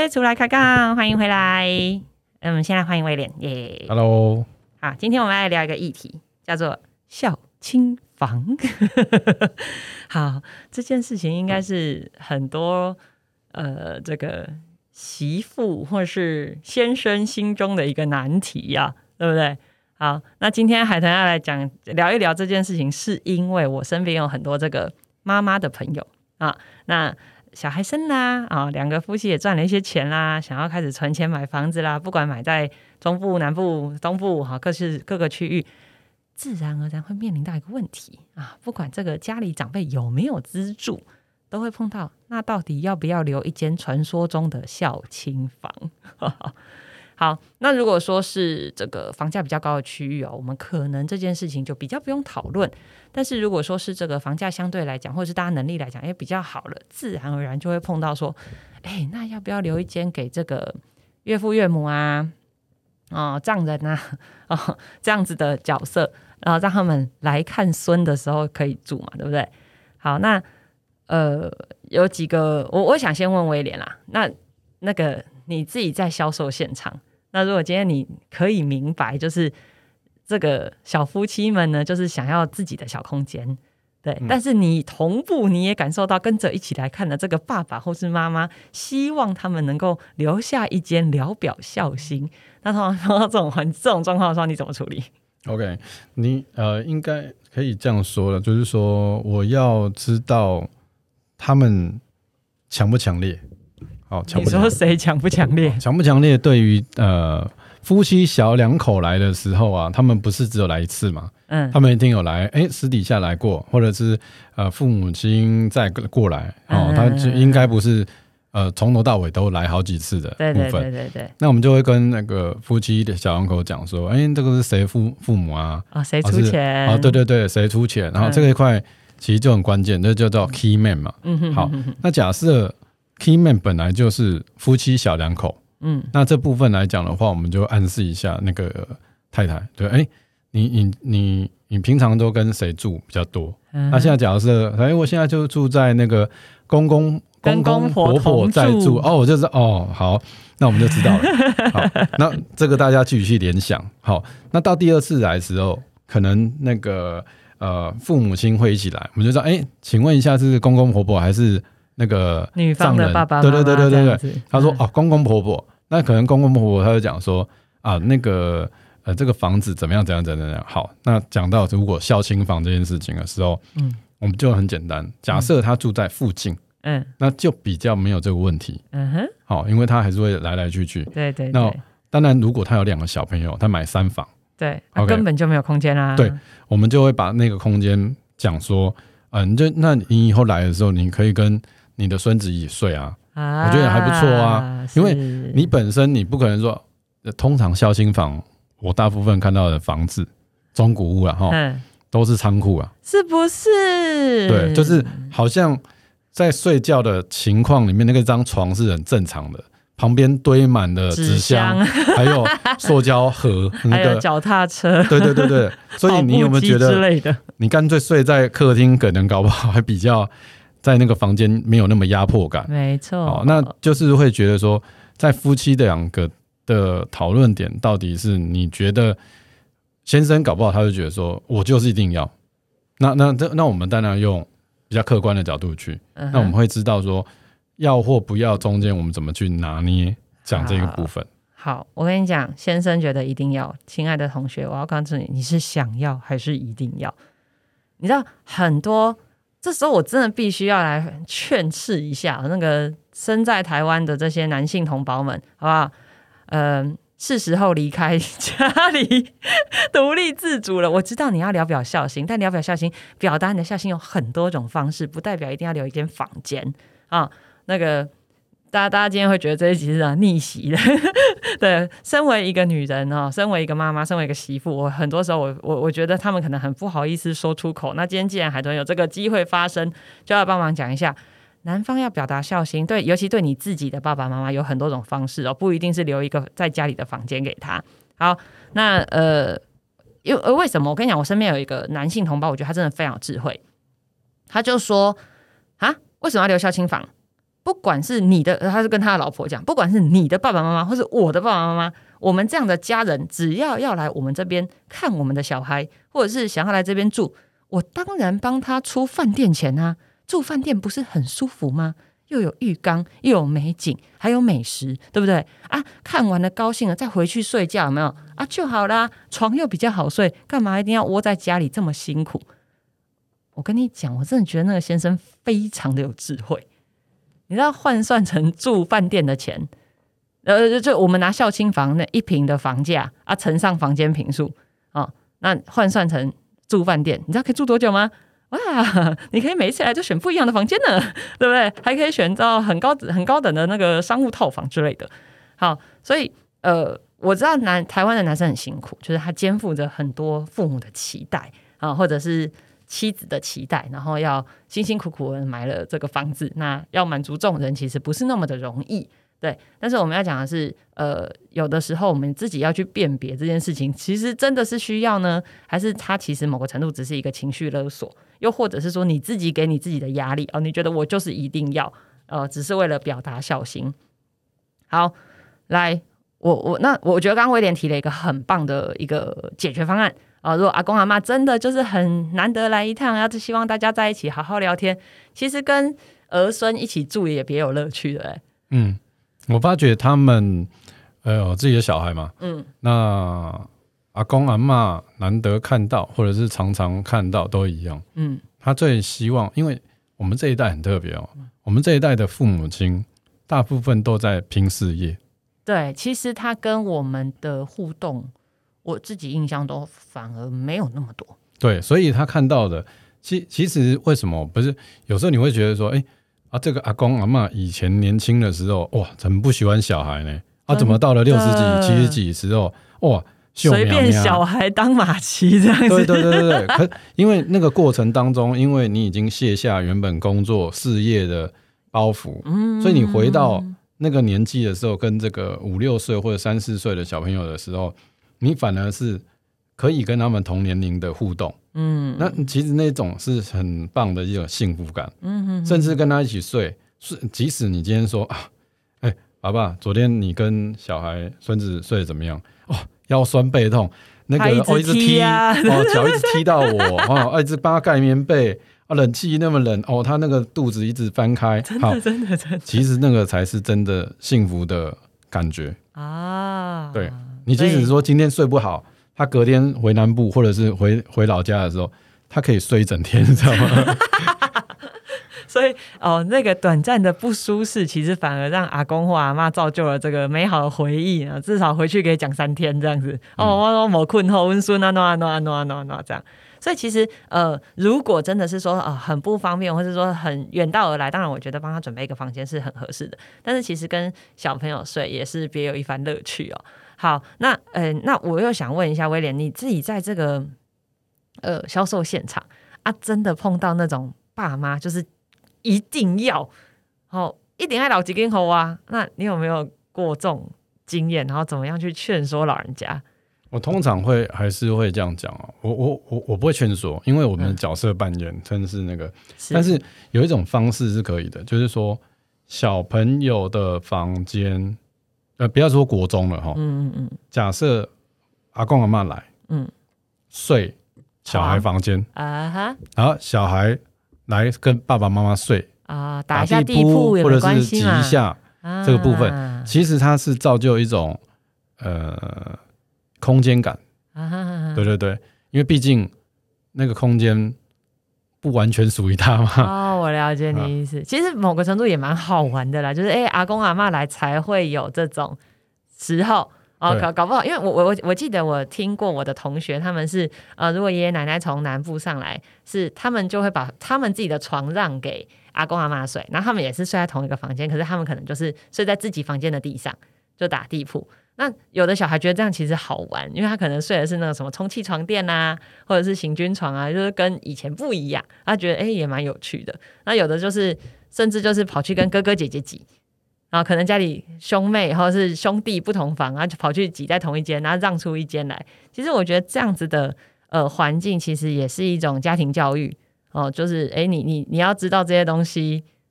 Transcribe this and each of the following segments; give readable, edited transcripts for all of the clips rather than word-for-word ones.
出来开杠，欢迎回来。我们先来欢迎威廉耶。 Hello， 好，今天我们来聊一个议题，叫做孝亲房。好，这件事情应该是很多这个媳妇或是先生心中的一个难题呀，对不对？好，那今天海豚要来聊一聊这件事情，是因为我身边有很多这个妈妈的朋友啊，那小孩生啦啊，两个夫妻也赚了一些钱啦，想要开始存钱买房子啦，不管买在中部、南部、东部，好，各个区域，自然而然会面临到一个问题啊，不管这个家里长辈有没有资助，都会碰到，那到底要不要留一间传说中的孝亲房？好，那如果说是这个房价比较高的区域我们可能这件事情就比较不用讨论。但是如果说是这个房价相对来讲，或者是大家能力来讲也比较好了，自然而然就会碰到说，那要不要留一间给这个岳父岳母啊、丈人啊、这样子的角色，然后让他们来看孙的时候可以住嘛，对不对？好，那有几个我想先问威廉啦，那个你自己在销售现场。那如果今天你可以明白，就是这个小夫妻们呢，就是想要自己的小空间，对，但是你同步你也感受到跟着一起来看的这个爸爸或是妈妈，希望他们能够留下一间聊表孝心。那通常碰到这种状况的时候，你怎么处理 ？OK， 你应该可以这样说了，就是说我要知道他们强不强烈。好， 你说谁强不强烈？ 强不强烈？对于夫妻小两口来的时候啊，他们不是只有来一次嘛？他们一定有来，私底下来过，或者是父母亲再过来，他就应该不是从头到尾都来好几次的部分。对。那我们就会跟那个夫妻的小两口讲说，这个是谁父母啊？ 谁出钱？ 对，谁出钱？然后这个一块其实就很关键，这就叫 key man 嘛。好，那假设key man 本来就是夫妻小两口，那这部分来讲的话，我们就暗示一下那个太太，对，你平常都跟谁住比较多？那现在假设，我现在就住在那个公公婆婆在住，我就是好，那我们就知道了。好，那这个大家继续去联想。好，那到第二次来的时候，可能那个父母亲会一起来，我们就说，请问一下是公公婆婆还是那个女方的爸爸妈妈？ 对，他说公公婆婆，那可能公公婆婆他就讲说那个这个房子怎么样。好，那讲到如果孝亲房这件事情的时候，我们就很简单，假设他住在附近，那就比较没有这个问题。好，因为他还是会来来去去。对。那当然，如果他有2个小朋友，他买3房， 对，根本就没有空间啦。 对，我们就会把那个空间讲说，那你以后来的时候，你可以跟你的孙子一起睡啊，我觉得还不错啊。因为你本身你不可能说，通常孝亲房，我大部分看到的房子，中古屋都是仓库啊，是不是？对，就是好像在睡觉的情况里面，那个张床是很正常的，旁边堆满了纸箱，还有塑胶盒， 还有脚踏车， 对，所以你有没有觉得，你干脆睡在客厅，可能搞不好还比较在那个房间没有那么压迫感？没错，那就是会觉得说，在夫妻的2个的讨论点，到底是你觉得先生搞不好他就觉得说，我就是一定要，那我们当然用比较客观的角度去，那我们会知道说要或不要中间我们怎么去拿捏讲这个部分。 好，我跟你讲，先生觉得一定要，亲爱的同学，我要告诉你，你是想要还是一定要？你知道很多，这时候我真的必须要来劝斥一下那个身在台湾的这些男性同胞们，好不好？是时候离开家里，独立自主了。我知道你要聊表孝心，但聊表孝心，表达你的孝心有很多种方式，不代表一定要留一间房间啊。那个大家今天会觉得这一集是逆袭的，对。身为一个女人身为一个妈妈，身为一个媳妇，我很多时候我觉得他们可能很不好意思说出口。那今天既然海豚有这个机会发声，就要帮忙讲一下。男方要表达孝心，对，尤其对你自己的爸爸妈妈有很多种方式不一定是留一个在家里的房间给他。好，那为什么？我跟你讲，我身边有一个男性同胞，我觉得他真的非常有智慧。他就说为什么要留孝亲房？ 不管是你的，他是跟他的老婆讲，不管是你的爸爸妈妈或是我的爸爸妈妈，我们这样的家人只要来我们这边看我们的小孩，或者是想要来这边住，我当然帮他出饭店钱啊。住饭店不是很舒服吗？又有浴缸，又有美景，还有美食，对不对啊？看完了高兴了，再回去睡觉，有没有啊？就好啦，床又比较好睡，干嘛一定要窝在家里这么辛苦？我跟你讲，我真的觉得那个先生非常的有智慧。你知道换算成住饭店的钱，就我们拿孝亲房那1坪的房价啊，乘上房间坪数啊，那换算成住饭店，你知道可以住多久吗？哇，你可以每一次来就选不一样的房间呢，对不对？还可以选到很高等的那个商务套房之类的。好，所以我知道台湾的男生很辛苦，就是他肩负着很多父母的期待啊，或者是妻子的期待，然后要辛辛苦苦的买了这个房子，那要满足众人其实不是那么的容易。对，但是我们要讲的是，有的时候我们自己要去辨别这件事情，其实真的是需要呢，还是它其实某个程度只是一个情绪勒索，又或者是说你自己给你自己的压力哦，你觉得我就是一定要，只是为了表达孝心。好，来，我觉得刚刚威廉提了一个很棒的一个解决方案如果阿公阿嬷真的就是很难得来一趟，要希望大家在一起好好聊天，其实跟儿孙一起住也别有乐趣的我发觉他们自己的小孩嘛，那阿公阿嬷难得看到或者是常常看到都一样，他最希望，因为我们这一代很特别我们这一代的父母亲大部分都在拼事业， 对，其实他跟我们的互动，我自己印象都反而没有那么多， 对，所以他看到的其实为什么不是有时候你会觉得说这个阿公阿嬷以前年轻的时候哇很不喜欢小孩呢怎么到了60几70几的时候哇随便小孩当马骑这样子， 对可因为那个过程当中，因为你已经卸下原本工作事业的包袱，所以你回到那个年纪的时候，跟这个5、6岁或者3、4岁的小朋友的时候，你反而是可以跟他们同年龄的互动，那其实那种是很棒的一种幸福感，甚至跟他一起睡，即使你今天说爸爸，昨天你跟小孩孙子睡得怎么样？腰酸背痛，那个一直踢脚一直踢到我一直帮他盖棉被冷气那么冷他那个肚子一直翻开， 真的其实那个才是真的幸福的感觉对，你即使说今天睡不好，他隔天回南部或者是回老家的时候，他可以睡一整天，你知道吗？ 所以那个短暂的不舒适，其实反而让阿公或阿嬷造就了这个美好的回忆至少回去可以讲3天这样子我没困后温孙这样。所以其实如果真的是说很不方便，或是说很远道而来，当然我觉得帮他准备一个房间是很合适的，但是其实跟小朋友睡也是别有一番乐趣好，那我又想问一下威廉，你自己在这个销售现场真的碰到那种爸妈就是一定要一定要留一间户那你有没有过这种经验，然后怎么样去劝说老人家？ 我通常还是会这样讲我不会劝说，因为我们的角色扮演真是那个但是有一种方式是可以的，就是说小朋友的房间不要说国中了假设阿公阿嬷来睡小孩房间然后小孩来跟爸爸妈妈睡打一下地铺也没关系嘛， 或者是挤一下这个部分其实它是造就一种空间感对，因为毕竟那个空间不完全属于他嘛我了解你意思其实某个程度也蛮好玩的啦，就是阿公阿嬷来才会有这种时候搞不好，因为我记得我听过我的同学，他们是如果爷爷奶奶从南部上来，是他们就会把他们自己的床让给阿公阿嬷睡，然后他们也是睡在同一个房间，可是他们可能就是睡在自己房间的地上，就打地铺。那有的小孩觉得这样其实好玩，因为他可能睡的是那个什么充气床垫或者是行军床就是跟以前不一样，他觉得也蛮有趣的。那有的就是甚至就是跑去跟哥哥姐姐挤。然后可能家里兄妹或者是兄弟不同房，然后就跑去挤在同一间，然后让出一间来。其实我觉得这样子的环境，其实也是一种家庭教育就是你要知道这些东西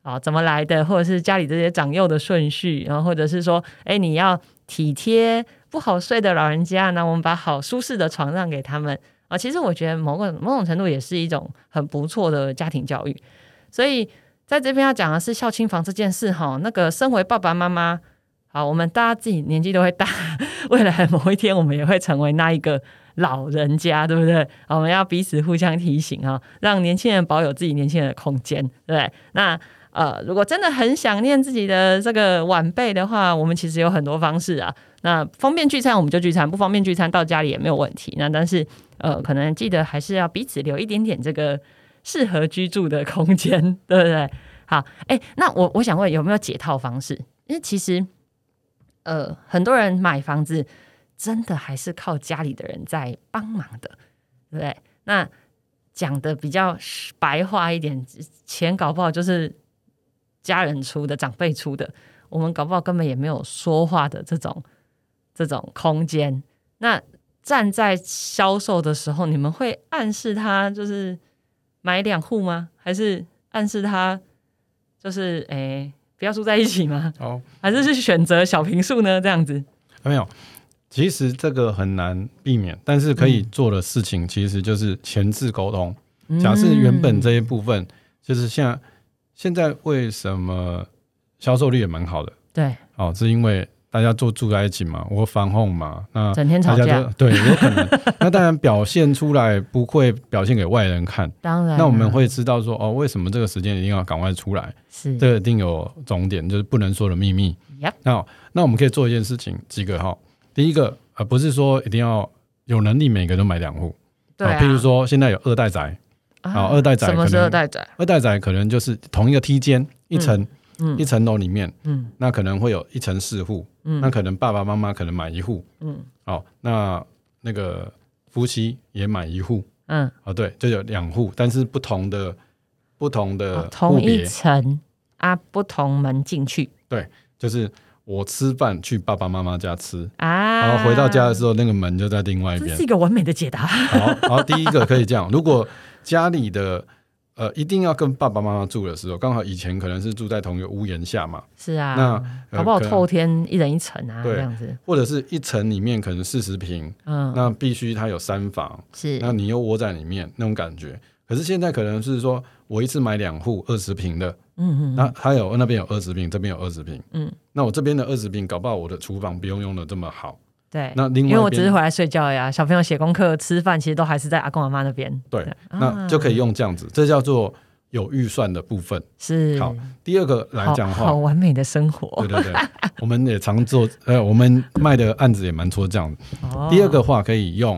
怎么来的，或者是家里这些长幼的顺序，然后或者是说你要体贴不好睡的老人家，那我们把好舒适的床让给他们其实我觉得某种程度也是一种很不错的家庭教育。所以在这边要讲的是孝亲房这件事那个身为爸爸妈妈，好，我们大家自己年纪都会大，未来某一天我们也会成为那一个老人家，对不对？我们要彼此互相提醒让年轻人保有自己年轻人的空间，对不对？那如果真的很想念自己的这个晚辈的话，我们其实有很多方式那方便聚餐我们就聚餐，不方便聚餐到家里也没有问题。那但是可能记得还是要彼此留一点点这个适合居住的空间，对不对？好，那我想问有没有解套方式？因为其实很多人买房子真的还是靠家里的人在帮忙的，对不对？那讲的比较白话一点，钱搞不好就是家人出的，长辈出的，我们搞不好根本也没有说话的这种空间。那站在销售的时候，你们会暗示他就是买2户吗？还是暗示他就是不要住在一起吗？还是选择小坪数呢？这样子没有。其实这个很难避免，但是可以做的事情其实就是前置沟通。假设原本这一部分就是现在为什么销售率也蛮好的？ 对， 是因为大家住在一起嘛，我防控嘛，那整天吵架， 对，有可能。那当然表现出来不会表现给外人看， 当然。 那我们会知道说为什么这个时间一定要赶快出来？ 是， 这个一定有重点，就是不能说的秘密。那我们可以做一件事情，几个第一个不是说一定要有能力每个都买2户， 对譬如说现在有2代宅，2代宅， 什么是2代宅 ？2代宅可能就是同一个梯间一层楼里面，那可能会有1层4户，那可能爸爸妈妈可能买1户，那个夫妻也买1户，对，就有2户，但是不同的同一层不同门进去， 对，就是我吃饭去爸爸妈妈家吃然后回到家的时候那个门就在另外一边。 这是一个完美的解答。 好，第一个可以这样。如果家里的一定要跟爸爸妈妈住的时候，刚好以前可能是住在同一个屋檐下嘛， 是啊， 那搞不好透天1人1层对， 这样子， 或者是1层里面可能40坪，那必须它有3房， 是， 那你又窝在里面那种感觉。可是现在可能是说我一次买2户20坪的，那它那边有20坪，这边有20坪，那我这边的20坪搞不好我的厨房不用用的这么好， 对， 那另外因为我只是回来睡觉呀，小朋友写功课吃饭其实都还是在阿公阿妈那边， 对，那就可以用这样子，这叫做有预算的部分。 是。 好，第二个来讲的话， 好完美的生活。 对，我们也常做我们卖的案子也蛮多这样子。第二个话可以用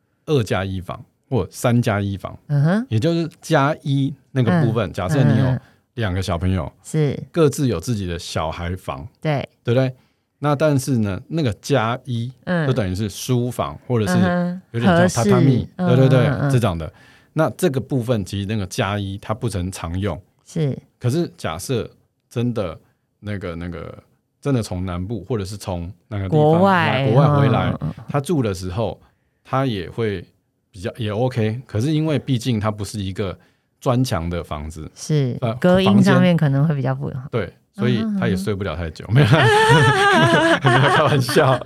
2+1房或3+1房，也就是+1那个部分，假设你有2个小朋友， 是各自有自己的小孩房， 对不对？那但是呢，那个+1就等于是书房，或者是有点像榻榻米，对，这种的。那这个部分其实那个+1它不曾常用， 是。 可是假设真的那个真的从南部或者是从那个地方国外回来，他住的时候他也会比较也 OK。可是因为毕竟它不是一个砖墙的房子， 是隔音上面可能会比较不好， 对，所以他也睡不了太久，没有开玩笑。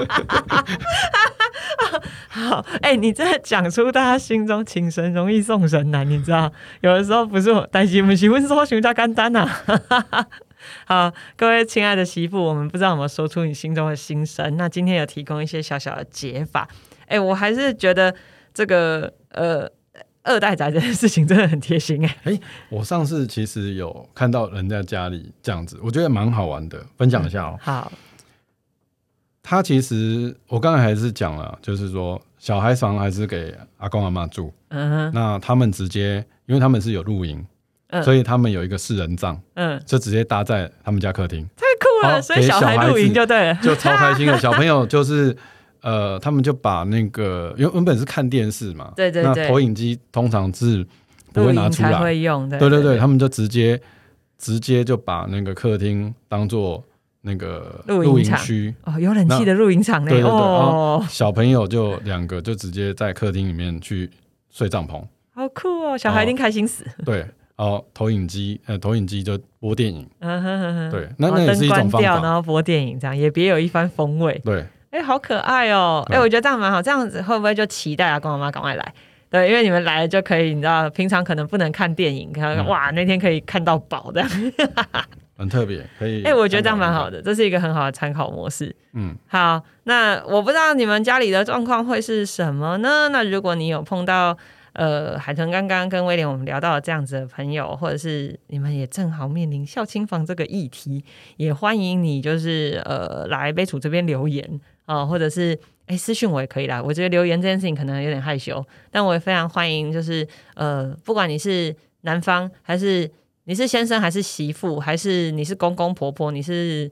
好，你这讲出大家心中请神容易送神难，你知道，有的时候不是我担心，不是我想较简单啊。好，各位亲爱的媳妇，我们不知道有没有说出你心中的心声，那今天有提供一些小小的解法。我还是觉得这个2代宅这件事情真的很贴心。 我上次其实有看到人家家里这样子，我觉得蛮好玩的，分享一下好。 他其实我刚才还是讲了，就是说小孩房还是给阿公阿嬷住，那他们直接因为他们是有露营，所以他们有一个4人帐，就直接搭在他们家客厅， 太酷了，所以小孩露营就对了， 就超开心的。小朋友就是他们就把那个因为原本是看电视嘛， 对， 那投影机通常是不会拿出来， 才会用， 对，他们就直接就把那个客厅当做那个露营区， 有冷气的露营场呢。 对，小朋友就2个就直接在客厅里面去睡帐篷， 好酷哦！小孩一定开心死。 对， 投影机就播电影，对，那也是一种方法， 灯关掉然后播电影，这样也别有一番风味。 对， 好可爱哦！我觉得这样蛮好，这样子会不会就期待跟我妈赶快来？对，因为你们来了就可以，你知道，平常可能不能看电影，哇，那天可以看到饱这样。 很特别，可以。 我觉得这样蛮好的，这是一个很好的参考模式。好，那我不知道你们家里的状况会是什么呢？那如果你有碰到海豚刚刚跟威廉我们聊到的这样子的朋友，或者是你们也正好面临孝亲房这个议题，也欢迎你就是来杯楚这边留言或者是私讯我也可以啦。我觉得留言这件事情可能有点害羞，但我也非常欢迎，就是不管你是男方还是你是先生还是媳妇，还是你是公公婆婆，你是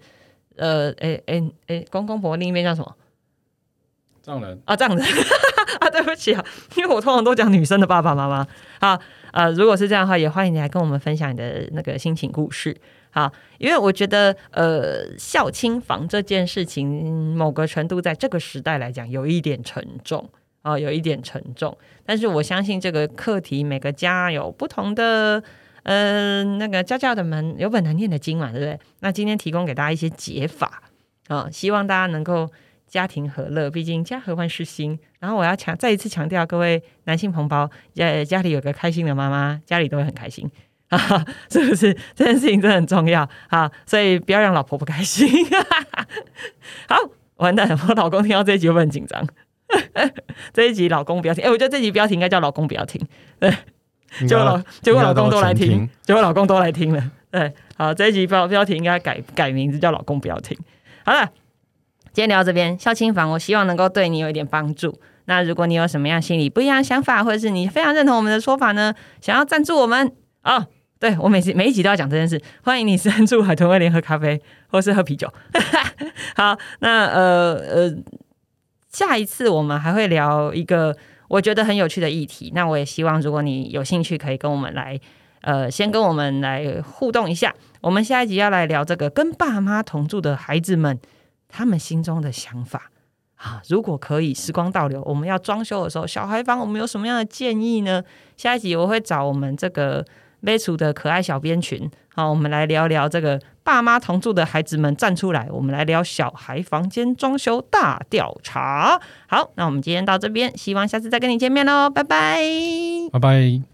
公公婆婆另一边叫什么？ 丈人丈人对不起啊，因为我通常都讲女生的爸爸妈妈。好，如果是这样的话，也欢迎你来跟我们分享你的那个心情故事。好，因为我觉得孝亲房这件事情，某个程度在这个时代来讲有一点沉重有一点沉重。但是我相信这个课题，每个家有不同的那个家教的门有本难念的经嘛，对不对？那今天提供给大家一些解法希望大家能够家庭和乐，毕竟家和万事兴。然后我要再一次强调，各位男性同胞，家里有个开心的妈妈，家里都会很开心是不是？这件事情真的很重要所以不要让老婆不开心好，完蛋了，我老公听到这一集会不会很紧张这一集老公不要听，我觉得这集标题应该叫老公不要听，对，结果老公都来听，结果老公都来听了，对，好，这一集标题应该改名字叫老公不要听。好了，今天聊到这边，孝亲房我希望能够对你有一点帮助。那如果你有什么样心里不一样的想法，或者是你非常认同我们的说法呢，想要赞助我们对，我每一集都要讲这件事，欢迎你赞助海豚威廉喝咖啡或是喝啤酒好，那下一次我们还会聊一个我觉得很有趣的议题，那我也希望如果你有兴趣可以跟我们来先跟我们来互动一下。我们下一集要来聊这个跟爸妈同住的孩子们他们心中的想法如果可以时光倒流，我们要装修的时候，小孩房我们有什么样的建议呢？下一集我会找我们这个杯楚的可爱小编群我们来聊聊这个爸妈同住的孩子们站出来，我们来聊小孩房间装修大调查。好，那我们今天到这边，希望下次再跟你见面咯，拜拜， 拜拜。